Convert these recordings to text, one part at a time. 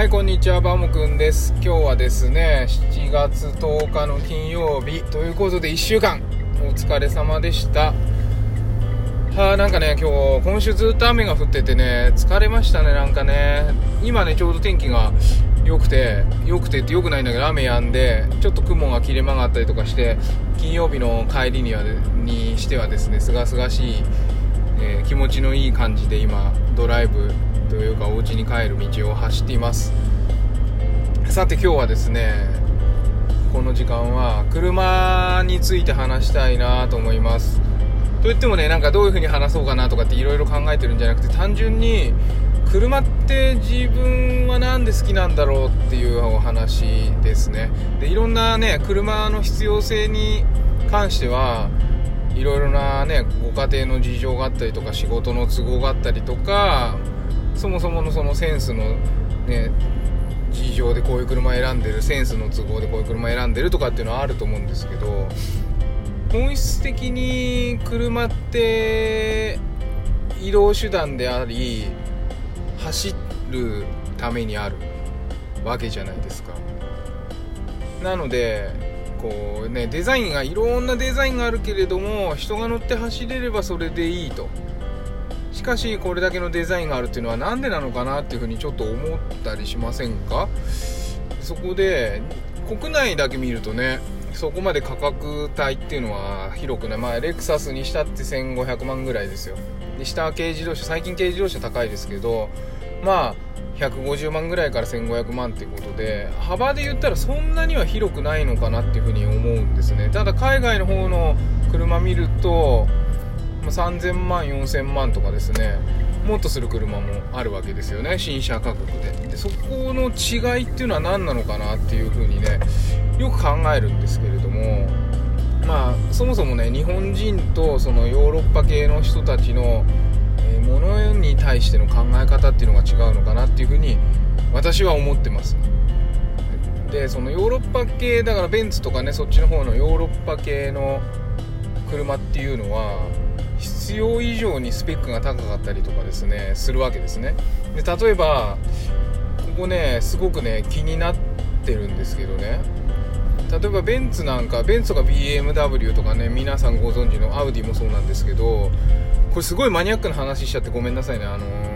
はい、こんにちは、バモくんです。今日はですね、7月10日の金曜日ということで1週間お疲れ様でした。なんかね、今週ずっと雨が降っててね、疲れましたね。なんかね、今ねちょうど天気が良くてって良くないんだけど、雨止んでちょっと雲が切れ曲がったりとかして、金曜日の帰りにしてはですね、すがすがしい、気持ちのいい感じで今ドライブというかお家に帰る道を走っています。さて今日はですね、この時間は車について話したいなと思います。といってもね、なんかどういう風に話そうかなとかっていろいろ考えてるんじゃなくて、単純に車って自分はなんで好きなんだろうっていうお話ですね。で、いろんなね車の必要性に関してはいろいろなねご家庭の事情があったりとか、仕事の都合があったりとか、そもそものそのセンスのね事情でこういう車選んでる、センスの都合でこういう車選んでるとかっていうのはあると思うんですけど、本質的に車って移動手段であり、走るためにあるわけじゃないですか。なのでこうね、デザインがいろんなデザインがあるけれども、人が乗って走れればそれでいいと。しかしこれだけのデザインがあるっていうのはなんでなのかなっていうふうにちょっと思ったりしませんか？そこで国内だけ見るとね、そこまで価格帯っていうのは広くない。レクサスにしたって1500万ぐらいですよ。で、下は軽自動車、最近軽自動車高いですけど、150万ぐらいから1500万っていうことで、幅で言ったらそんなには広くないのかなっていうふうに思うんですね。ただ海外の方の車見ると3000万4000万とかですね、もっとする車もあるわけですよね、新車価格で。そこの違いっていうのは何なのかなっていうふうにね、よく考えるんですけれども、そもそもね、日本人とそのヨーロッパ系の人たちのものに対しての考え方っていうのが違うのかなっていうふうに私は思ってます。で、そのヨーロッパ系だからベンツとかね、そっちの方のヨーロッパ系の車っていうのは必要以上にスペックが高かったりとかですねするわけですね。で、例えばここねすごくね気になってるんですけどね、例えばベンツとか BMW とかね、皆さんご存知のアウディもそうなんですけど、これすごいマニアックな話しちゃってごめんなさいね。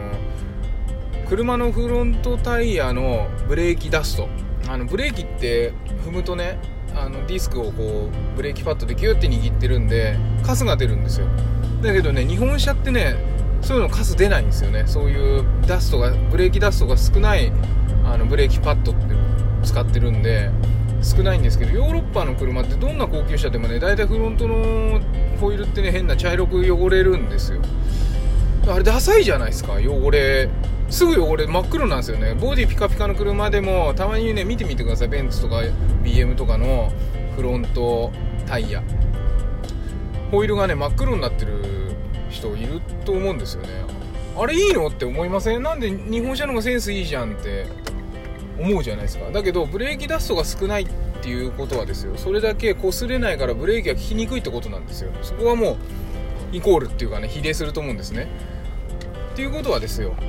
車のフロントタイヤのブレーキダスト、ブレーキって踏むとね、ディスクをこうブレーキパッドでギュッて握ってるんでカスが出るんですよ。だけどね、日本車ってねそういうのカス出ないんですよね。そういうダストが、ブレーキダストが少ないブレーキパッドって使ってるんで少ないんですけど、ヨーロッパの車ってどんな高級車でもね、だいたいフロントのホイールってね変な茶色く汚れるんですよ。あれダサいじゃないですか。すぐ汚れ真っ黒なんですよね。ボディピカピカの車でもたまにね見てみてください。ベンツとか BM とかのフロントタイヤ、ホイールがね真っ黒になってる人いると思うんですよね。あれいいのって思いません？なんで日本車の方がセンスいいじゃんって思うじゃないですか。だけどブレーキダストが少ないっていうことはですよ、それだけ擦れないからブレーキが効きにくいってことなんですよ。そこはもうイコールっていうかね、比例すると思うんですね。っていうことはですよ、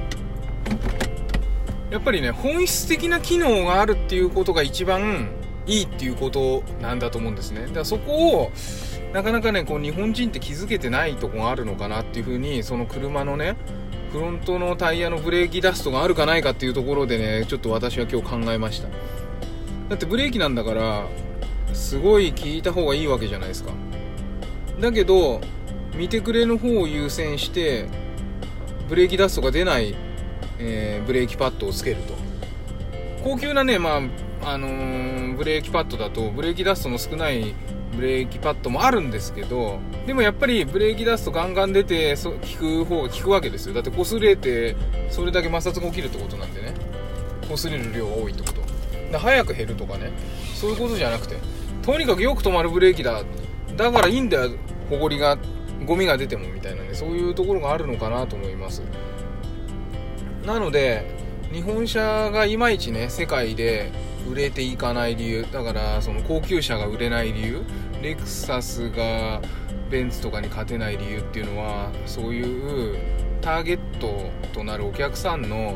やっぱりね本質的な機能があるっていうことが一番いいっていうことなんだと思うんですね。だからそこをなかなかねこう日本人って気づけてないとこがあるのかなっていうふうに、その車のねフロントのタイヤのブレーキダストがあるかないかっていうところでね、ちょっと私は今日考えました。だってブレーキなんだからすごい効いた方がいいわけじゃないですか。だけど見てくれの方を優先してブレーキダストが出ない、ブレーキパッドをつけると、高級なねブレーキパッドだとブレーキダストの少ないブレーキパッドもあるんですけど、でもやっぱりブレーキダストガンガン出て効く方が効くわけですよ。だって擦れてそれだけ摩擦が起きるってことなんでね、擦れる量が多いってこと。早く減るとかね、そういうことじゃなくて、とにかくよく止まるブレーキだからいいんだよ、ゴミが出てもみたいなね、そういうところがあるのかなと思います。なので日本車がいまいちね世界で売れていかない理由だから、その高級車が売れない理由、レクサスがベンツとかに勝てない理由っていうのは、そういうターゲットとなるお客さんの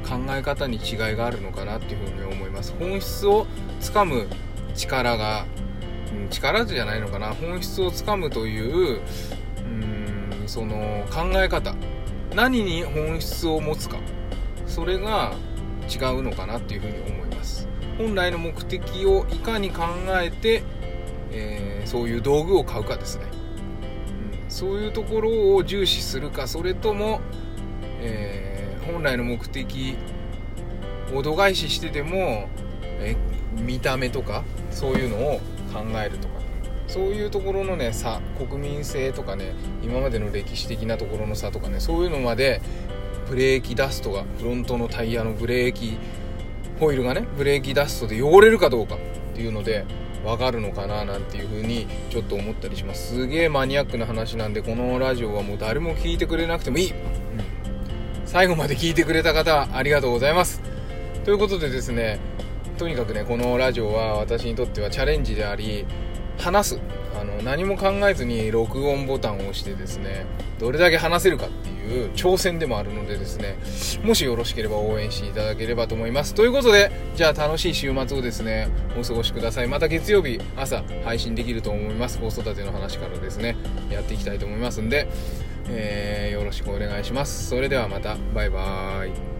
考え方に違いがあるのかなっていうふうに思います。本質をつかむ力じゃないのかな、本質をつかむというその考え方、何に本質を持つか、それが違うのかなっていうふうに思います。本来の目的をいかに考えて、そういう道具を買うかですね、そういうところを重視するか、それとも、本来の目的を度外視してでも、見た目とかそういうのを考えるとか、そういうところのね差、国民性とかね、今までの歴史的なところの差とかね、そういうのまでブレーキダストが、フロントのタイヤのブレーキホイールがね、ブレーキダストで汚れるかどうかっていうので分かるのかななんていう風にちょっと思ったりします。すげえマニアックな話なんで、このラジオはもう誰も聞いてくれなくてもいい、最後まで聞いてくれた方ありがとうございます。ということでですね、とにかくね、このラジオは私にとってはチャレンジであり、話す、何も考えずに録音ボタンを押してですね、どれだけ話せるかっていう挑戦でもあるのでですね、もしよろしければ応援していただければと思います。ということで、じゃあ楽しい週末をですねお過ごしください。また月曜日朝配信できると思います。子育ての話からですねやっていきたいと思いますんで、よろしくお願いします。それではまた、バイバーイ。